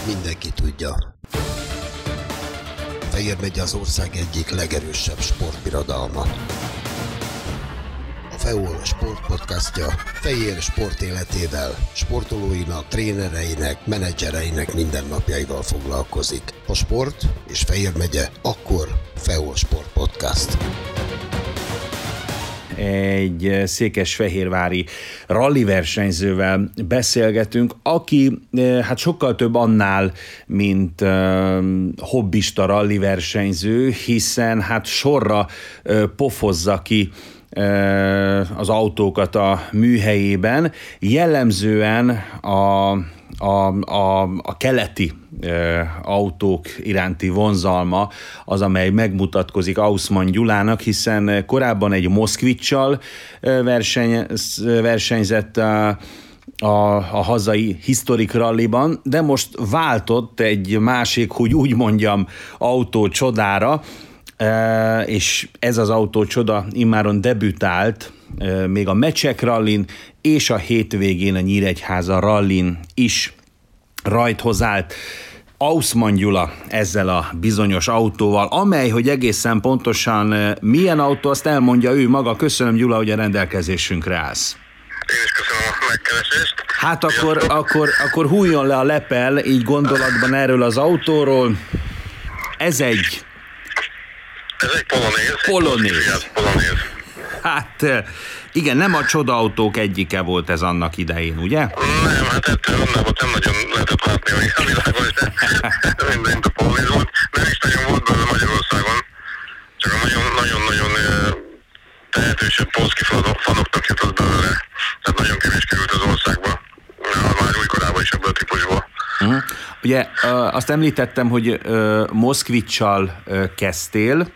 mindenki tudja. Fejér megye az ország egyik legerősebb sportbirodalma. A FEOL sportpodcastja Fejér sport életével, sportolóinak, trénereinek, menedzsereinek mindennapjaival foglalkozik. A sport és Fejér megye, akkor FEOL sportpodcast. Egy székesfehérvári rally versenyzővel beszélgetünk, aki hát sokkal több annál, mint hobbista rally versenyző, hiszen hát sorra pofozza ki az autókat a műhelyében, jellemzően a keleti autók iránti vonzalma az, amely megmutatkozik Auszman Gyulának, hiszen korábban egy Moszkvicsal versenyzett a hazai Historic Rallyban, de most váltott egy másik, hogy úgy mondjam, autócsodára, és ez az autócsoda immáron debütált még a Mecsek Rallyn és a hétvégén a Nyíregyháza Rallyn is rajthoz állt. Auszman Gyula ezzel a bizonyos autóval, amely, hogy egészen pontosan milyen autó, azt elmondja ő maga. Köszönöm, Gyula, hogy a rendelkezésünkre állsz. Én is köszönöm a megkeresést. Hát akkor hújjon le a lepel, így gondolatban erről az autóról. Ez egy Polonéz. Hát igen, nem a csodaautók egyike volt ez annak idején, ugye? Nem, hát ettől annál nem nagyon lehetett látni a világon, de mindent a Polonéz volt. Nem is nagyon volt belőle Magyarországon, csak a nagyon-nagyon tehetősebb polszki fanoknak jutott belőle. Tehát nagyon kevés került az országba, már újkorában is ebből a típusból. Ugye azt említettem, hogy Moszkvicsal kezdtél,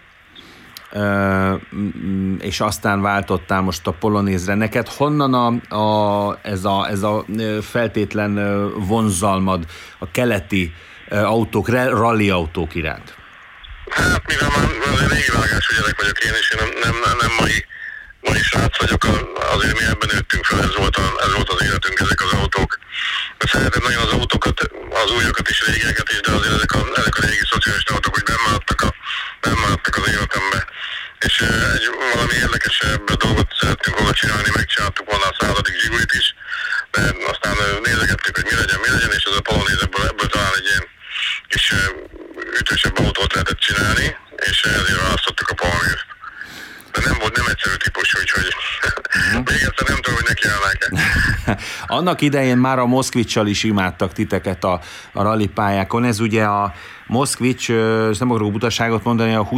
és aztán váltottál most a Polonézre. Neked honnan ez a feltétlen vonzalmad a keleti autók, rally autók iránt? Hát mivel már régi vágású gyerek vagyok én, és én nem mai srác vagyok, azért mi ebben nőttünk fel, ez volt az életünk, ezek az autók. Szeretem nagyon az autókat, az újakat is, régieket is, de azért ezek a régi szocialista autók, hogy bennmaradtak az életembe. És valami érdekesebb dolgot szerettünk volna csinálni, megcsináltuk volna a 100. Zsigulit is, de aztán nézegettük, hogy mi legyen, és ez a Polonéz ebből talán egy ilyen kis ütősebb autót lehetett csinálni, és ezért választottuk a Polonézt. De nem egyszerű típus, úgyhogy még egyszer nem tudom, hogy nekiállnák-e. Annak idején már a Moszkvicsal is imádtak titeket a rallypályákon. Ez ugye a Moszkvics, nem akarok butaságot mondani, a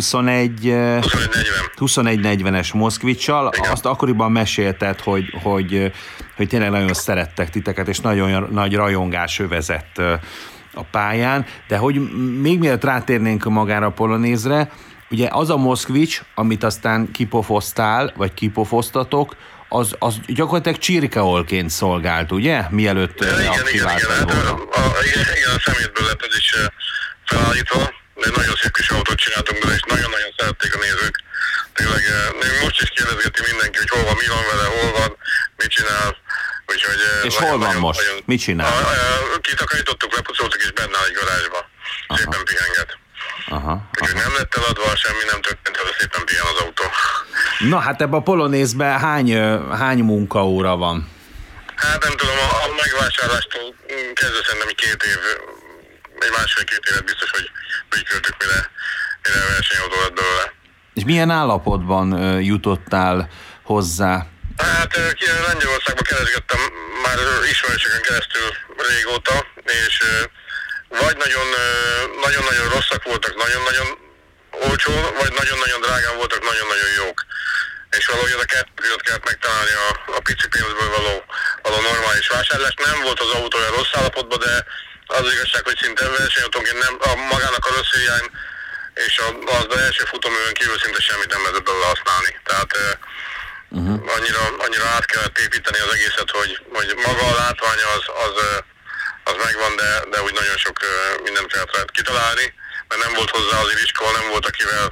2140-es Moszkvicsal. Azt akkoriban mesélted, hogy tényleg nagyon szerettek titeket, és nagyon nagy rajongás övezett a pályán. De hogy még mielőtt rátérnénk magára a Polonézre, ugye az a Moszkvics, amit aztán kipofoztál, vagy kipofoztatok, az gyakorlatilag csirkeolként szolgált, ugye? Mielőtt aktiváltad volna. Igen, a szemétből lett ez is felállítva, de nagyon szép kis autót csináltunk bele, és nagyon-nagyon szerették a nézők. Tényleg most is kérdezgeti mindenki, hogy hol van, mi van vele, hol van, mit csinál. Úgyhogy, és hol van most? Mit csinál? Kitakarítottuk, lepucoltuk, és benne áll egy garázsba. Szépen pihenget. Úgyhogy nem lett eladva, semmi nem történt, de szépen pihen az autó. Na hát ebben a Polonézben hány munkaóra van? Hát nem tudom, a megvásárlástól kezdve szerintem egy másfél-két évet biztos, hogy költük, mire versenyautó lett belőle. És milyen állapotban jutottál hozzá? Hát Lengyelországban keresgettem már ismerősökön keresztül régóta, és vagy nagyon-nagyon rosszak voltak, nagyon-nagyon olcsó, vagy nagyon-nagyon drágán voltak, nagyon-nagyon jók. És valahogy az a kettőt kellett megtalálni a pici pénzből való normális vásárlást. Nem volt az autó olyan rossz állapotban, de az igazság, hogy szinte versenyautónként nem, magának a rossz hiány és az első futóművön kívül szinte semmit nem lehetett belőle használni. Tehát annyira át kellett építeni az egészet, hogy maga a látványa az megvan, de úgy nagyon sok mindent kellett kitalálni, mert nem volt hozzá az iskola, nem volt akivel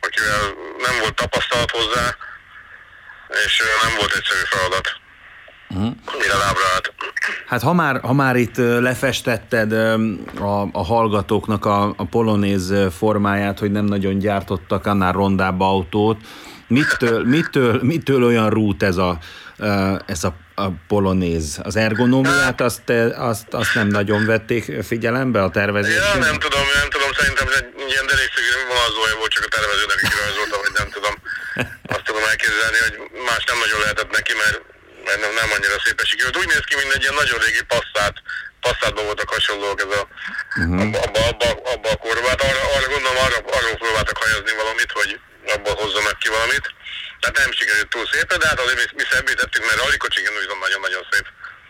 nem volt tapasztalat hozzá, és nem volt egyszerű feladat. mire lábra állt. Hát ha már itt lefestetted a hallgatóknak a polonéz formáját, hogy nem nagyon gyártottak annál rondább autót, mitől olyan rút ez a polonéz? Az ergonómiát azt nem nagyon vették figyelembe a tervezésben? Ja, nem tudom, szerintem egy ilyen derékszögű vonalzója volt, csak a tervezőnek kirajzolta, vagy nem tudom. Azt tudom elképzelni, hogy más nem nagyon lehetett neki, mert nem annyira szépen sikerült. Úgy néz ki, mint egy ilyen nagyon régi Passatban voltak hasonlók ez abba a korban. Arra gondolom, arról próbáltak hajazni valamit, hogy abból hozzanak ki valamit. Tehát nem sikerült túl szépen, de hát azért mi szebbé tettük, mert rallikocsik viszont nagyon-nagyon szép.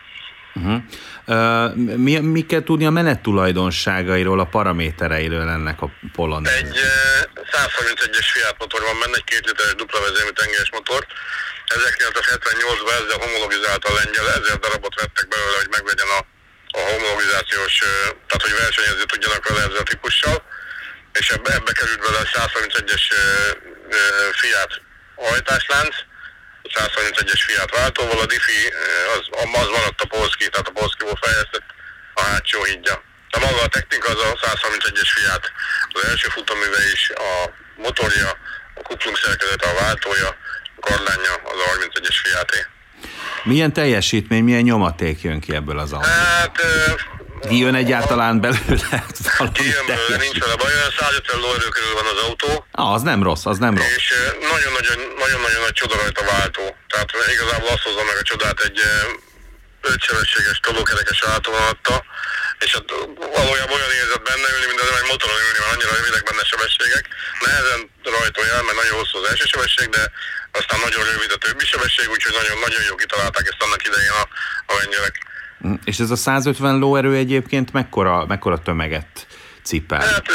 Mi kell tudni a menettulajdonságairól, a paramétereiről ennek a Polonéz? Egy 131-es Fiat motor van benne, egy 2 literes dupla vezérmű tengeres motor. 1978-ban ezzel homologizált a lengyel, 1000 darabot vettek belőle, hogy meglegyen a homologizációs, tehát hogy versenyezni tudjanak vele ezzel a típussal, és ebbe került bele a 131-es Fiat hajtáslánc, 131-es Fiat váltóval, a diffi az maradt a Polski, tehát a Polskiból fejlesztett a hátsó hídja. De maga a technika az a 131-es Fiat, az első futaműve is, a motorja, a kuplung szerkezete, a váltója, a karlánya az a 31-es Fiaté. Milyen teljesítmény, milyen nyomaték jön ki ebből az autóból? Hát... Kijön egyáltalán belőle valami kijön belőle, nincs vele baj, olyan 150 lóerő körül van az autó. Az nem rossz. És nagyon-nagyon nagy csoda rajta váltó. Tehát igazából azt hozza meg a csodát egy 5 sebességes tolókerekes váltóvonattal, és hát valójában olyan érzett benne ülni, mint az egy motoron ülni, mert annyira rövidek benne sebességek. Nehezen rajtolja, mert nagyon hosszú az első sebesség, de aztán nagyon rövid a többi sebesség, úgyhogy nagyon jó kitalálták ezt annak idején a lengyelek. És ez a 150 lóerő egyébként mekkora tömeget cipel? Hát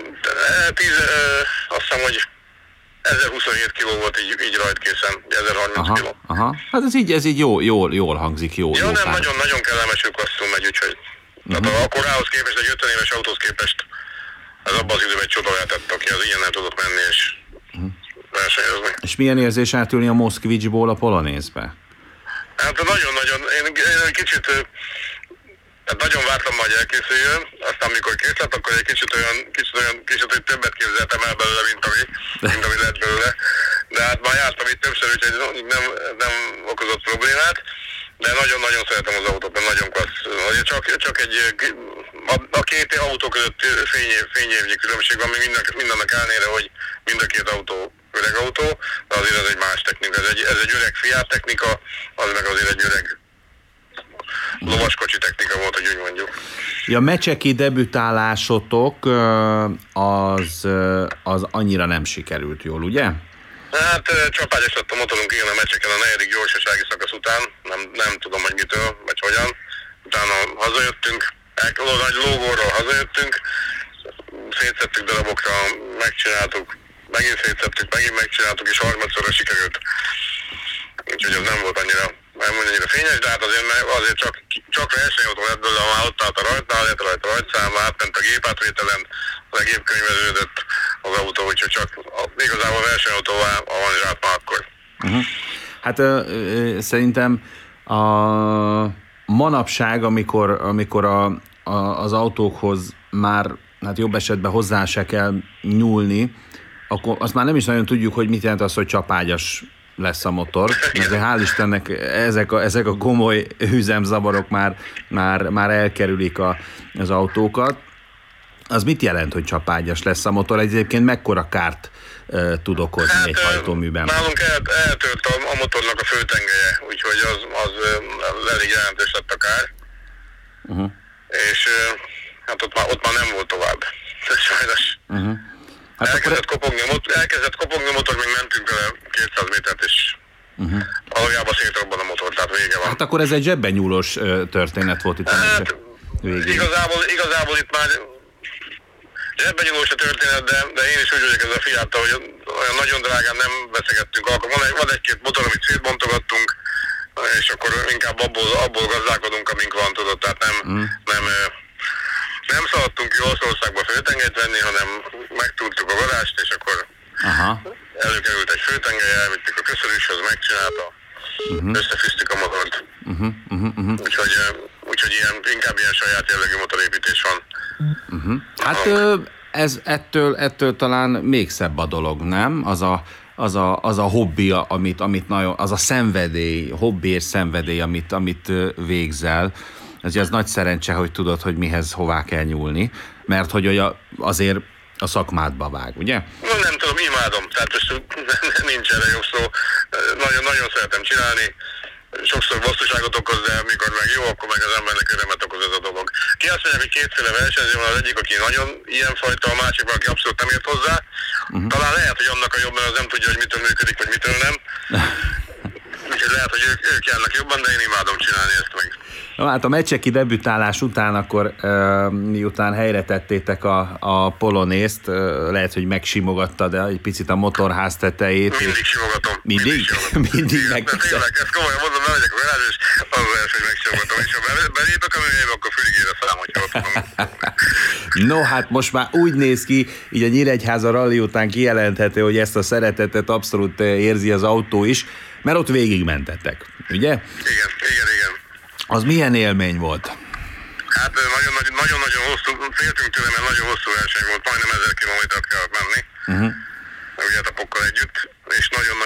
azt hiszem, hogy 1027 kiló volt így rajtkészen, 1030 kiló. Aha. Hát ez így jól hangzik, jó. Ja, nem, nagyon kellemes klasszul megy, úgyhogy tehát a korához képest, egy 50 éves autóhoz képest ez abban az időben egy csoda lehetett, aki az ilyen nem tudott menni és versenyezni. És milyen érzés átülni a Moszkvicsból a Polonézbe? Hát nagyon-nagyon, én egy kicsit, hát nagyon vártam, hogy elkészüljön, aztán amikor kész lett, akkor egy kicsit hogy többet képzeltem el belőle, mint ami lett belőle. De hát már jártam itt többször, úgyhogy nem okozott problémát, de nagyon-nagyon szeretem az autót, mert nagyon klassz. Csak egy, a két autó között fényévnyi különbség van, még mindennek ellenére, hogy mind a két autó öreg autó, de azért ez egy más technika, ez egy öreg Fiat technika, az meg azért egy öreg lovaskocsi technika volt, hogy úgy mondjuk. A mecseki debütálásotok az annyira nem sikerült jól, ugye? Hát csapágyas lett a motorunk, igen, a mecseken a 4. gyorsasági szakasz után, nem tudom, hogy mitől, vagy hogyan. Utána hazajöttünk, nagy lógóról hazajöttünk, szétszettük darabokra, megcsináltuk, megint szétszettük, megint megcsináltuk, és harmadszorra sikerült. Úgyhogy ez nem volt annyira fényes, de hát azért csak versenyautó lett belőle, már ott állt a rajtnál, lett rajta rajtszám, átment a gépátvételen, a gép könyveződött az autó, úgyhogy csak igazából versenyautóvá avanzsált már akkor. Hát szerintem a manapság, amikor az autókhoz már hát jobb esetben hozzá se kell nyúlni, akkor azt már nem is nagyon tudjuk, hogy mit jelent az, hogy csapágyas lesz a motor. Azért hál' Istennek ezek a komoly üzemzavarok már elkerülik az autókat. Az mit jelent, hogy csapágyas lesz a motor? Egyébként mekkora kárt tud okozni egy hajtóműben? Nálunk eltört a motornak a főtengelye, úgyhogy az elég jelentős lett a kár. És hát ott már nem volt tovább. Sajnos. Hát elkezdett kopogni a motor, még mentünk vele 200 métert, és valójában szétrobban a motor, tehát vége van. Hát akkor ez egy zsebben nyúlós történet volt itt. Hát igazából itt már zsebben nyúlós a történet, de én is úgy vagyok ez a Fiattal, hogy olyan nagyon drágán nem veszegettünk. Akkor van egy-két motor, amit szétbontogattunk, és akkor inkább abból gazdálkodunk, amink van, tudod, tehát nem szaladtunk ki Olaszországba főtengelyt venni, hanem megtúrtuk a garást, és akkor előkerült egy főtengely, elvittük a köszönéshez, megcsinálta, összefűztük a motort. Úgyhogy inkább ilyen saját jellegű motorépítés van. Hát ez ettől talán még szebb a dolog, nem? Az a hobbi, amit nagyon, az a szenvedély, hobbi és szenvedély, amit végzel. Ez nagy szerencse, hogy tudod, hogy mihez hová kell nyúlni, mert hogy azért a szakmádba vág, ugye? Nem tudom, imádom, tehát nincs erre jobb szó. Nagyon szeretem csinálni. Sokszor bosszúságot okoz, de amikor meg jó, akkor meg az embernek örömet okoz ez a dolog. Ki azt mondják, hogy kétféle versenyző van, az egyik, aki nagyon ilyenfajta, a másik, aki abszolút nem ért hozzá. Talán lehet, hogy annak a jobb, mert az nem tudja, hogy mitől működik, vagy mitől nem. Úgyhogy lehet, hogy ők járnak jobban, de én imádom csinálni ezt meg. Hát a meccseki debütálás után, akkor miután helyre tettétek a polonészt, lehet, hogy megsimogattad egy picit a motorház tetejét. Mindig simogatom. Mindig meg. De tényleg, ezt komolyan mondom, bemegyek a garázsba, és az első, hogy megsimogatom. És ha belépek a műhelybe, akkor füligére szám, hogyha ott van. No, hát most már úgy néz ki, így a Nyíregyháza rally után kijelenthető, hogy ezt a szeretetet abszolút érzi az autó is, mert ott végigmentettek, ugye? Igen. Az milyen élmény volt? Hát nagyon hosszú, féltünk tőle, mert nagyon hosszú verseny volt, majdnem 1000 kilométert kellett menni, ugye a tapokkal együtt, és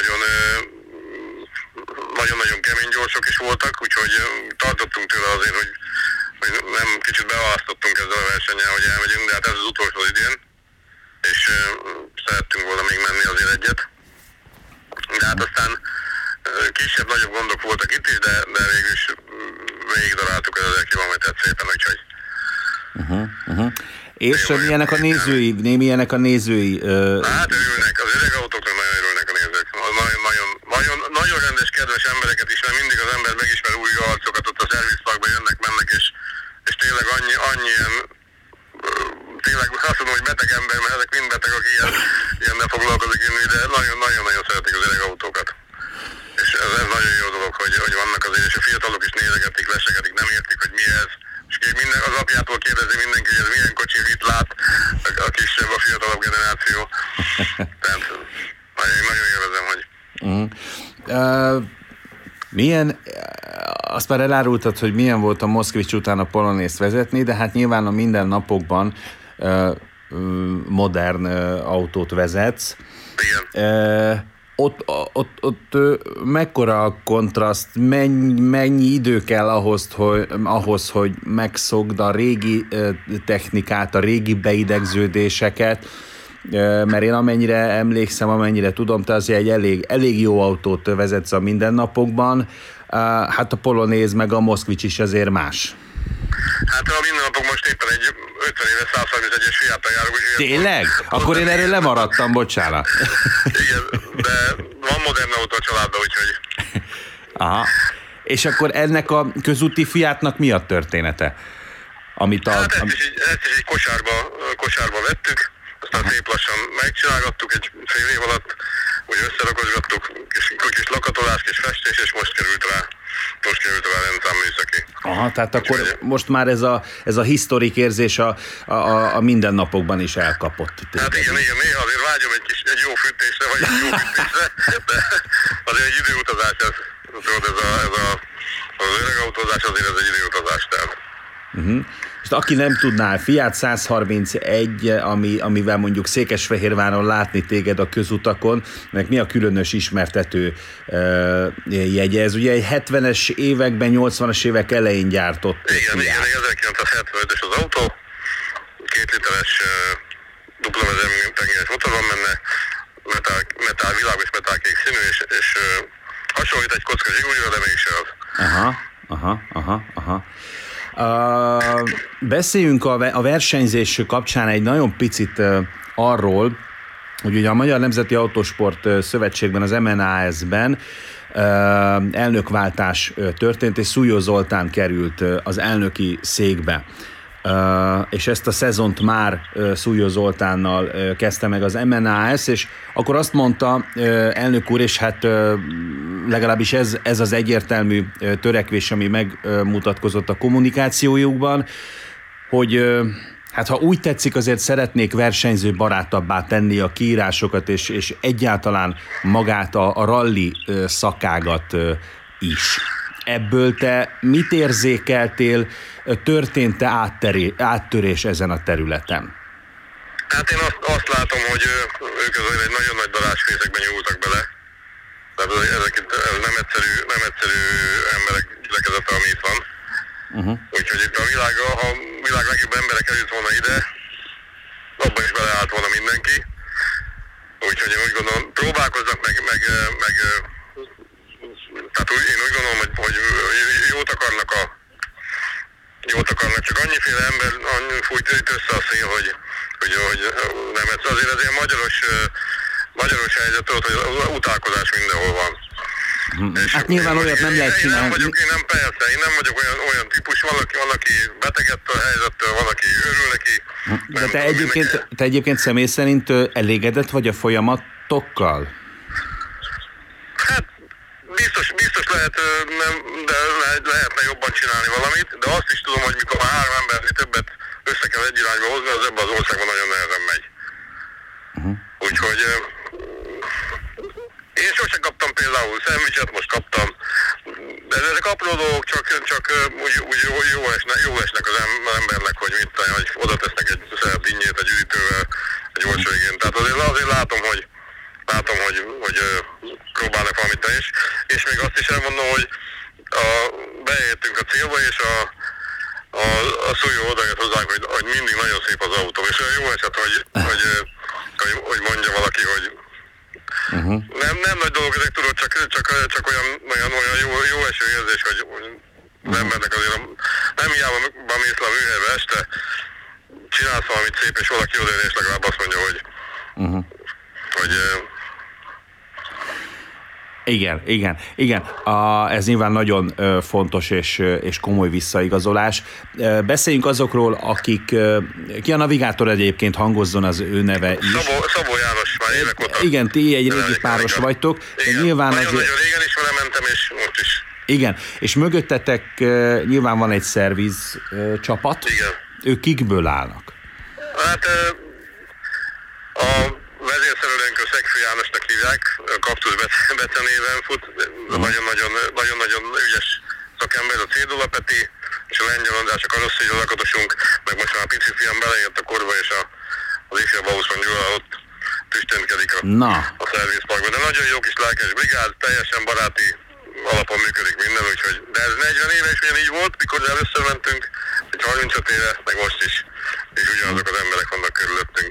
nagyon kemény gyorsok is voltak, úgyhogy tartottunk tőle azért, hogy nem kicsit beválasztottunk ezzel a versennyel, hogy elmegyünk, de hát ez az utolsó az idén, és szerettünk volna még menni azért egyet. De hát aztán kisebb-nagyobb gondok voltak itt is, de végül is végigdaráltuk az 1000 kilométert szépen, úgyhogy... És milyenek a nézői? Hát örülnek, az öreg autóknak nagyon örülnek a nézők. Nagyon rendes, kedves embereket is, mert mindig az ember megismer új arcokat, ott a szervizparkban jönnek, mennek, és tényleg annyi ilyen... Tényleg azt mondom, hogy beteg ember, mert ezek mind beteg, aki ilyennel foglalkozik inni, de nagyon-nagyon szeretik az öreg autókat. És ez nagyon jó dolog, hogy vannak azért, és a fiatalok is nézegetik, lesegetik, nem értik, hogy mi ez. És minden, az apjától kérdezi mindenki, hogy ez milyen kocsi, mit lát a kisebb, a fiatalabb generáció. Tehát nagyon élvezem, hogy... Milyen, azt már elárultad, hogy milyen volt a Moszkvics után a polonészt vezetni, de hát nyilván a mindennapokban modern autót vezetsz. Igen. Ott mekkora a kontraszt, mennyi idő kell ahhoz, hogy megszokd a régi technikát, a régi beidegződéseket, mert én amennyire emlékszem, amennyire tudom, te azért egy elég jó autót vezetsz a mindennapokban, hát a polonéz meg a Moszkvics is azért más. Hát a mindennapok most éppen egy 50 éves 131-es Fiattal járok. Tényleg? Akkor én erről lemaradtam, bocsánat. Igen, de van modern autó a családban, úgyhogy... Aha. És akkor ennek a közúti Fiatnak mi a története? Hát ezt is egy kosárba vettük, aztán szép lassan megcsinálgattuk egy fél év alatt, úgy összerakosgattuk, kis lakatolás, kis festés, és most került rá rendszám műszaki. Aha, tehát akkor most már ez a historik érzés a mindennapokban is elkapott. Hát igen, néha azért vágyom egy jó fűtésre, vagy egy jó fűtésre, de azért egy időutazás az öreg autózás azért ez egy időutazás, tehát. És aki nem tudná, Fiat 131, amivel mondjuk Székesfehérváron látni téged a közutakon, ennek mi a különös ismertető jegye? Ez ugye egy 70-es években, 80-as évek elején gyártott. Igen, 1975-ös az autó, 2 literes dupla vezértengeres motor van benne, világos metálkék színű, és hasonlít egy kocka Zsigulira, de mégse az. Aha. Beszéljünk a versenyzés kapcsán egy nagyon picit arról, hogy ugye a Magyar Nemzeti Autósport Szövetségben, az MNAS-ben elnökváltás történt, és Szújó Zoltán került az elnöki székbe. És ezt a szezont már Szújó Zoltánnal kezdte meg az MNAS, és akkor azt mondta elnök úr, és hát legalábbis ez az egyértelmű törekvés, ami megmutatkozott a kommunikációjukban, hogy hát ha úgy tetszik, azért szeretnék versenyzőbarátabbá tenni a kiírásokat, és egyáltalán magát a rally szakágat is. Ebből te mit érzékeltél, történt-e áttörés ezen a területen? Hát én azt látom, hogy ők azért egy nagyon nagy darázsfészekben nyúltak bele. Tehát ez nem egyszerű emberek gyülekezete, ami itt van. Úgyhogy itt a világ legjobb emberek eljött volna ide, abban is beleállt volna mindenki. Úgyhogy én úgy gondolom, próbálkoznak meg tehát én úgy gondolom, hogy jót akarnak, csak annyiféle ember fújt össze a szél, hogy nem egyszer. Azért ez ilyen magyaros helyzet, tudod, hogy utálkozás mindenhol van. Hát nyilván olyat nem lehet csinálni. Én nem vagyok olyan típus, van, aki betegettől a helyzettől, van, aki örül neki. De te egyébként személy szerint elégedett vagy a folyamatokkal? Hát biztos lehet, de lehetne jobban csinálni valamit, de azt is tudom, hogy mikor már 3 embernél többet össze kell egy irányba hozni, az ebben az országban nagyon nehezen megy. Úgyhogy én sosem kaptam például szendvicset, most kaptam, de ezek apró dolgok, csak úgy jó esnek az embernek, hogy oda tesznek egy szebb dinnyét egy üdítővel egy gyors végén. Tehát azért látom, hogy próbálnak valamit tenni, és még azt is elmondom, hogy beértünk a célba, és a szújó odajött hozzánk, hogy mindig nagyon szép az autó, és olyan jó eset, hogy mondja valaki, hogy nem nagy dolgok ezek, tudod, csak olyan jó eső érzés, hogy az embernek azért nem hiába mész le a műhelybe este, csinálsz valamit szép, és valaki odajön, és legalább azt mondja, hogy Igen. Ez nyilván nagyon fontos és komoly visszaigazolás. Beszéljünk azokról, akik... Ki a navigátor egyébként, hangozzon az ő neve is. Szabó János, már évek óta. Igen, ti egy régi páros vagytok. Igen, nyilván nagyon régen is vele mentem, és most is. Igen, és mögöttetek nyilván van egy szerviz csapat. Igen. Ők kikből állnak? Hát a vezérszerelőnk Szegfű Jánosnak hívják, Kaktusz Bece néven fut, nagyon-nagyon ügyes szakember, a Cédula Peti, és a Lengyel András, a karosszégy lakatosunk, meg most már a pici fiam beleért a korba, és az ifjabb Auszon Gyula ott tüstentkedik a szervizparkban. De nagyon jó kis lelkes brigád, teljesen baráti alapon működik minden, úgyhogy, de ez 40 éve is ugyanígy volt, mikor először mentünk, egy 35 éve, meg most is, és ugyanazok az emberek vannak körülöttünk.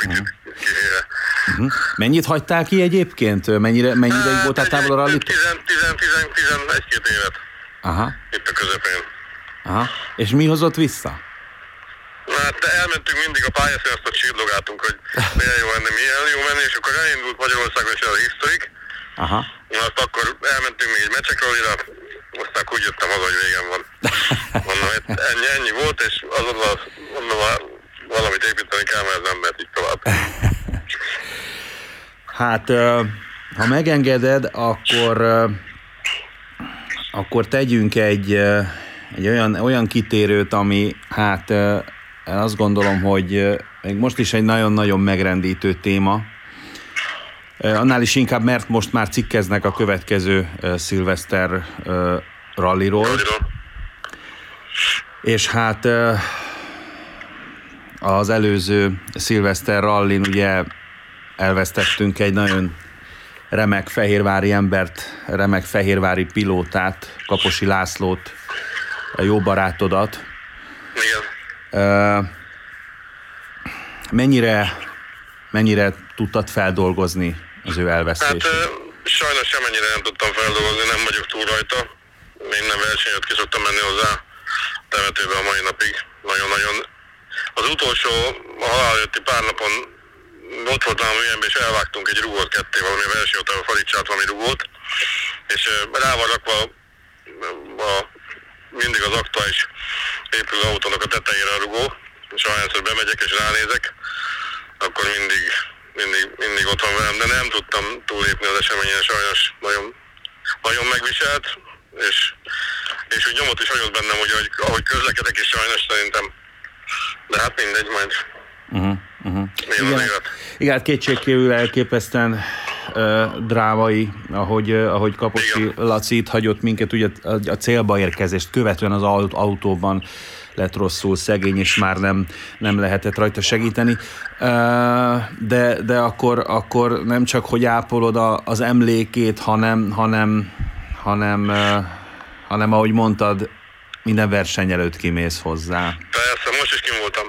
Mennyit hagytál ki egyébként? Mennyi ideig voltál távol a rallit? 11-12 évet. Aha. Itt a közepén. Aha. És mi hozott vissza? Hát elmentünk mindig a pályaszín, azt csillogáltunk, hogy milyen jó menni, és akkor elindult Magyarországon is az Historic. Aha. Azt akkor elmentünk még egy mecsekrallira, aztán úgy jöttem haza, hogy végem van. Mondom, ennyi volt, és azonnal valamit építeni kell, mert nem mehet így tovább. Hát, ha megengeded, akkor tegyünk egy olyan kitérőt, ami hát azt gondolom, hogy még most is egy nagyon-nagyon megrendítő téma. Annál is inkább, mert most már cikkeznek a következő szilveszter ralliról. És hát az előző szilveszter rallin ugye elvesztettünk egy nagyon remek fehérvári embert, remek fehérvári pilótát, Kaposi Lászlót, a jó barátodat. Igen. Mennyire tudtad feldolgozni az ő elvesztését? Hát sajnos semennyire nem tudtam feldolgozni, nem vagyok túl rajta. Minden versenyet ki szoktam menni hozzá temetőbe a mai napig. Nagyon-nagyon. Az utolsó, a halál előtti pár napon ott volt nálam ilyenben, és elvágtunk egy rugót ketté, valami verseny után Faricsált valami rugót, és rá van rakva mindig az aktuális épülő autónak a tetejére a rugó, és ahányszor bemegyek és ránézek, akkor mindig ott van velem, de nem tudtam túlépni az eseményen, sajnos nagyon megviselt, és úgy nyomot is hagyott bennem, hogy ahogy közlekedek is sajnos szerintem, de hát mindegy majd. Igen, kétségkívül elképesztően drámai, ahogy Kaposi Laci itt hagyott minket, ugye a célba érkezést követően az autóban lett rosszul szegény, és már nem lehetett rajta segíteni. De akkor nem csak, hogy ápolod az emlékét, hanem ahogy mondtad, minden verseny előtt kimész hozzá. Persze, most is kim voltam.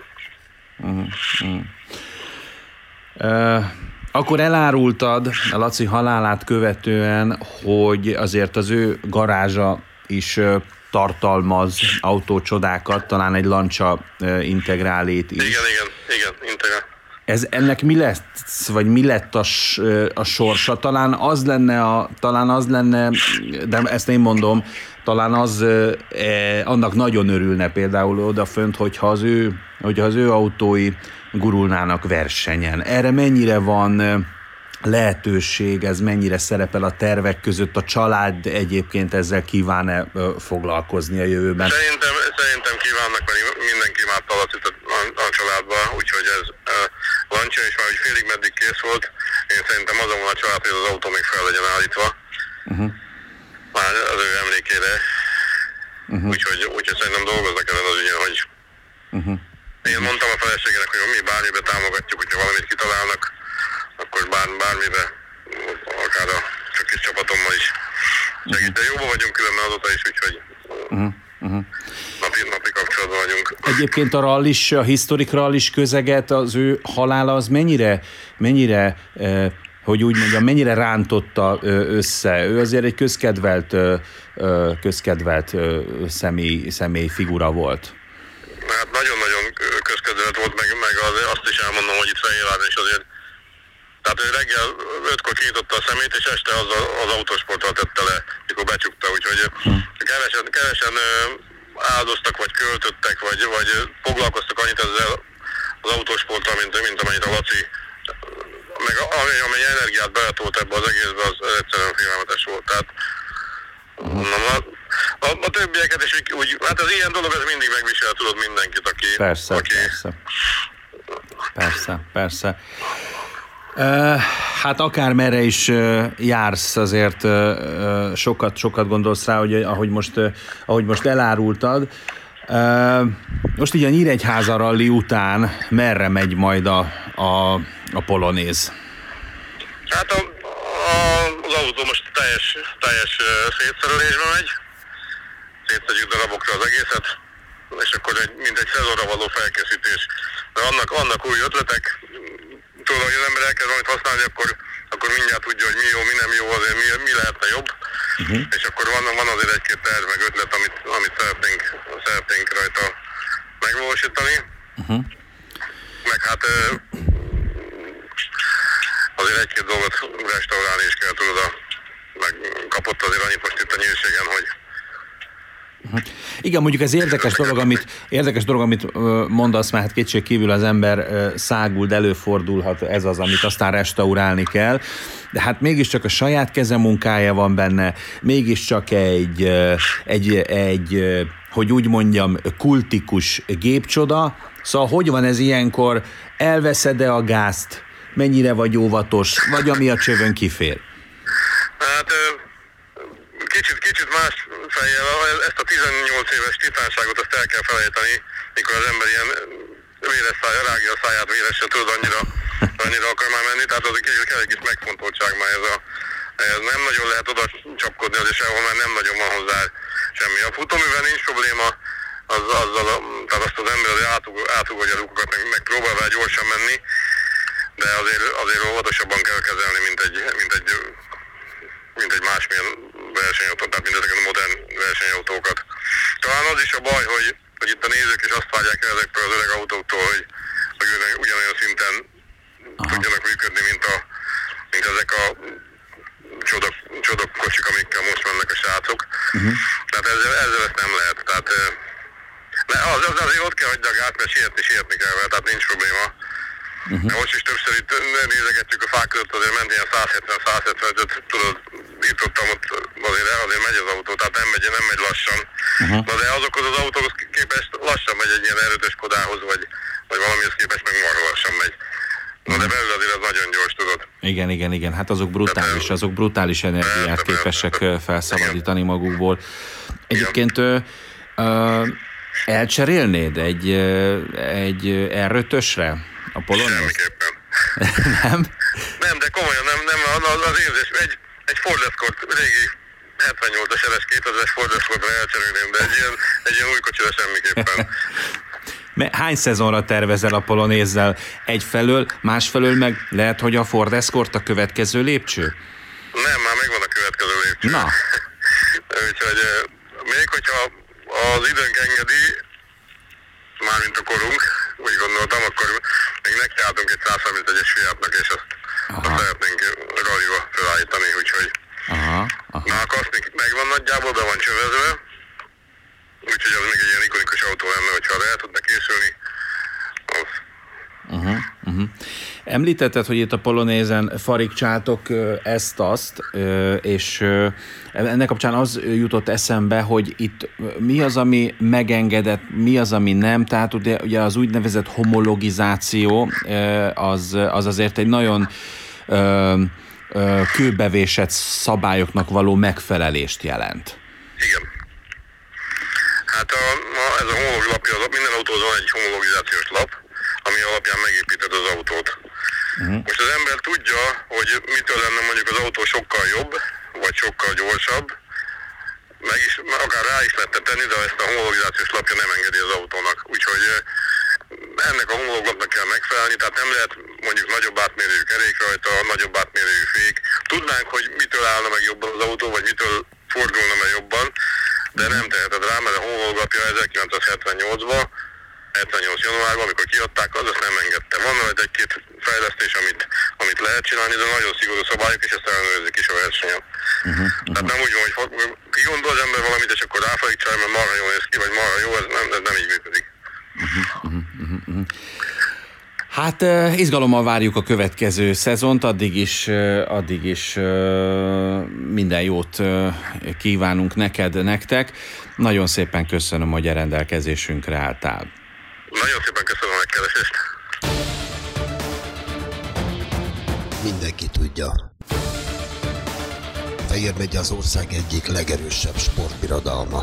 Akkor elárultad a Laci halálát követően, hogy azért az ő garázsa is tartalmaz autócsodákat, talán egy Lancia Integrálét is. Igen, Integrál. Ennek mi lesz, vagy mi lett a sorsa? Talán az lenne, de ezt én mondom, talán annak nagyon örülne például odafönt, hogyha az ő autói gurulnának versenyen. Erre mennyire van lehetőség, ez mennyire szerepel a tervek között, a család egyébként ezzel kíván-e foglalkozni a jövőben? Szerintem kívánnak, mert mindenki imádta a családban, úgyhogy ez Lancia is már félig meddig kész volt. Én szerintem azon van a család, hogy az autó még fel legyen állítva. Már az ő emlékére. Úgyhogy szerintem dolgoznak ezen az ügyen, hogy én mondtam a feleségének, hogy mi bármibe támogatjuk, hogyha valamit kitalálnak, akkor bármibe, akár a csak kis csapatommal is segít. De jóban vagyunk különben azóta is, úgyhogy napi kapcsolatban vagyunk. Egyébként a historik rallis közeget, az ő halála az mennyire hogy úgy mondjam, mennyire rántotta össze? Ő azért egy közkedvelt személy figura volt. Hát nagyon-nagyon közkedvelt volt, meg azt is elmondom, hogy itt Fehérváron is azért. Tehát ő reggel 5-kor kinyitotta a szemét, és este az autósporttal tette le, mikor becsukta, úgyhogy kevesen áldoztak, vagy költöttek, vagy foglalkoztak annyit ezzel az autósporttal, mint amennyit a Laci. Meg amely energiát beletolt ebbe az egészbe, az egyszerűen félelmetes volt. Tehát a többieket is úgy, hát az ilyen dolog, ez mindig megvisel, tudod, mindenkit, aki... Persze. Hát akármerre is jársz, azért sokat gondolsz rá, hogy ahogy most elárultad. Most így a Nyíregyháza rally után merre megy majd a polonéz? Hát az autó most teljes szétszerelésbe megy. Szétszedjük darabokra az egészet, és akkor mindegy szezonra való felkészítés. De vannak új ötletek, tudod, hogy az ember elkezd valamit használni, akkor mindjárt tudja, hogy mi jó, mi nem jó, azért mi lehetne jobb. És akkor van azért egy-két terv, meg ötlet, amit szeretnénk rajta megvalósítani. Meg hát azért egy-két dolgot restaurálni is kell, tudod, meg kapott azért annyit most itt a nyírségen, hogy igen, mondjuk ez érdekes dolog, amit mondasz, mert hát kétség kívül az ember száguld, előfordulhat, ez az, amit aztán restaurálni kell, de hát mégiscsak a saját kezemunkája van benne, mégiscsak egy hogy úgy mondjam, kultikus gépcsoda, szóval hogy van ez ilyenkor, elveszed-e a gázt, mennyire vagy óvatos, vagy ami a csövön kifér? Hát kicsit más fejjel, ezt a 18 éves titánságot azt el kell felejteni, mikor az ember ilyen véres szája, rágja a száját véresen, tudod, annyira akar már menni, tehát az kell egy kis megfontoltság már ez nem nagyon lehet oda csapkodni azért sehol, mert nem nagyon van hozzá semmi. A futóművel nincs probléma, tehát azt az ember átugolja a lukokat, meg próbál vele gyorsan menni, de azért óvatosabban kell kezelni, mint egy másmilyen versenyautó, tehát mint ezeket a modern versenyautókat. Talán az is a baj, hogy itt a nézők is azt várják el ezekről az öreg autóktól, hogy ugyanolyan szinten tudjanak működni, mint ezek a csodakocsik, amikkel most mennek a srácok. Tehát ezzel ezt nem lehet. Tehát, azért ott kell hagyni a gát, mert sietni kell vele, tehát nincs probléma. Most is többször itt nézegetjük a fák között, azért ment ilyen 170-175, tudod, itt ott azért megy az autó, tehát nem megy lassan. Na de azokhoz az autóhoz képest lassan megy egy ilyen erőtös Kodához, vagy valamihez képest meg marha lassan megy. Na de belül azért az nagyon gyors, tudod. Igen, hát azok brutális energiát képesek felszabadítani magukból. Egyébként elcserélnéd egy R5-ösre a Polonaise? Semmiképpen. Nem? Nem, de komolyan nem az érzés. Egy Ford Escort, régi 78-as LS 2000-es Ford Escortra elcserélném, de egy ilyen új kocsira semmiképpen. Hány szezonra tervezel a Polonaise-zel? Egyfelől, másfelől meg lehet, hogy a Ford Escort a következő lépcső? Nem, már megvan a következő lépcső. Na. Úgyhogy még hogyha az időnk engedi, mármint a korunk, úgy gondoltam, akkor még nekiálltunk egy 131-es Fiatnak, és azt szeretnénk rallyba felállítani, úgyhogy na, a kasznik megvan nagyjából, be van csövezve, úgyhogy az még egy ilyen ikonikus autó lenne, hogyha el tudna készülni. Említetted, hogy itt a Polonaise-en farigcsátok ezt-azt, és ennek kapcsán az jutott eszembe, hogy itt mi az, ami megengedett, mi az, ami nem, tehát ugye az úgynevezett homologizáció az azért egy nagyon kőbevésett szabályoknak való megfelelést jelent. Igen. Hát ez a homolog lapja, minden autóhoz van egy homologizációs lap, ami alapján megépíted az autót. Most az ember tudja, hogy mitől lenne mondjuk az autó sokkal jobb, vagy sokkal gyorsabb, akár rá is lehetne tenni, de ezt a homologizációs lapja nem engedi az autónak. Úgyhogy ennek a homologlapnak kell megfelelni, tehát nem lehet mondjuk nagyobb átmérőjű kerék rajta, nagyobb átmérőjű fék. Tudnánk, hogy mitől állna meg jobban az autó, vagy mitől fordulna meg jobban, de nem teheted rá, mert a homologlapja 1978-ban, 78 januárban, amikor kiadták, az azt nem engedte. Van rajta egy-két fejlesztés, amit lehet csinálni, de nagyon szigorú szabályok, és ezt ellenőrzik is a versenyen. Tehát nem úgy van, hogy kigondol az ember valamit, és akkor ráfalik csinálni, mert marha jól néz ki, vagy marha jó, ez nem így működik. Hát izgalommal várjuk a következő szezont, addig is minden jót kívánunk nektek. Nagyon szépen köszönöm, hogy a rendelkezésünkre álltál. Nagyon szépen köszönöm a megkeresést. Mindenki tudja. Fejér megye az ország egyik legerősebb sportbirodalma.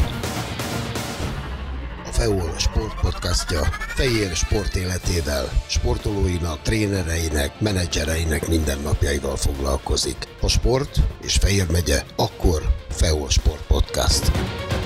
A FEOL sportpodcastja Fejér sport életével, sportolóinak, trénereinek, menedzsereinek mindennapjaival foglalkozik. A sport és Fejér megye, akkor FEOL Sport Podcast.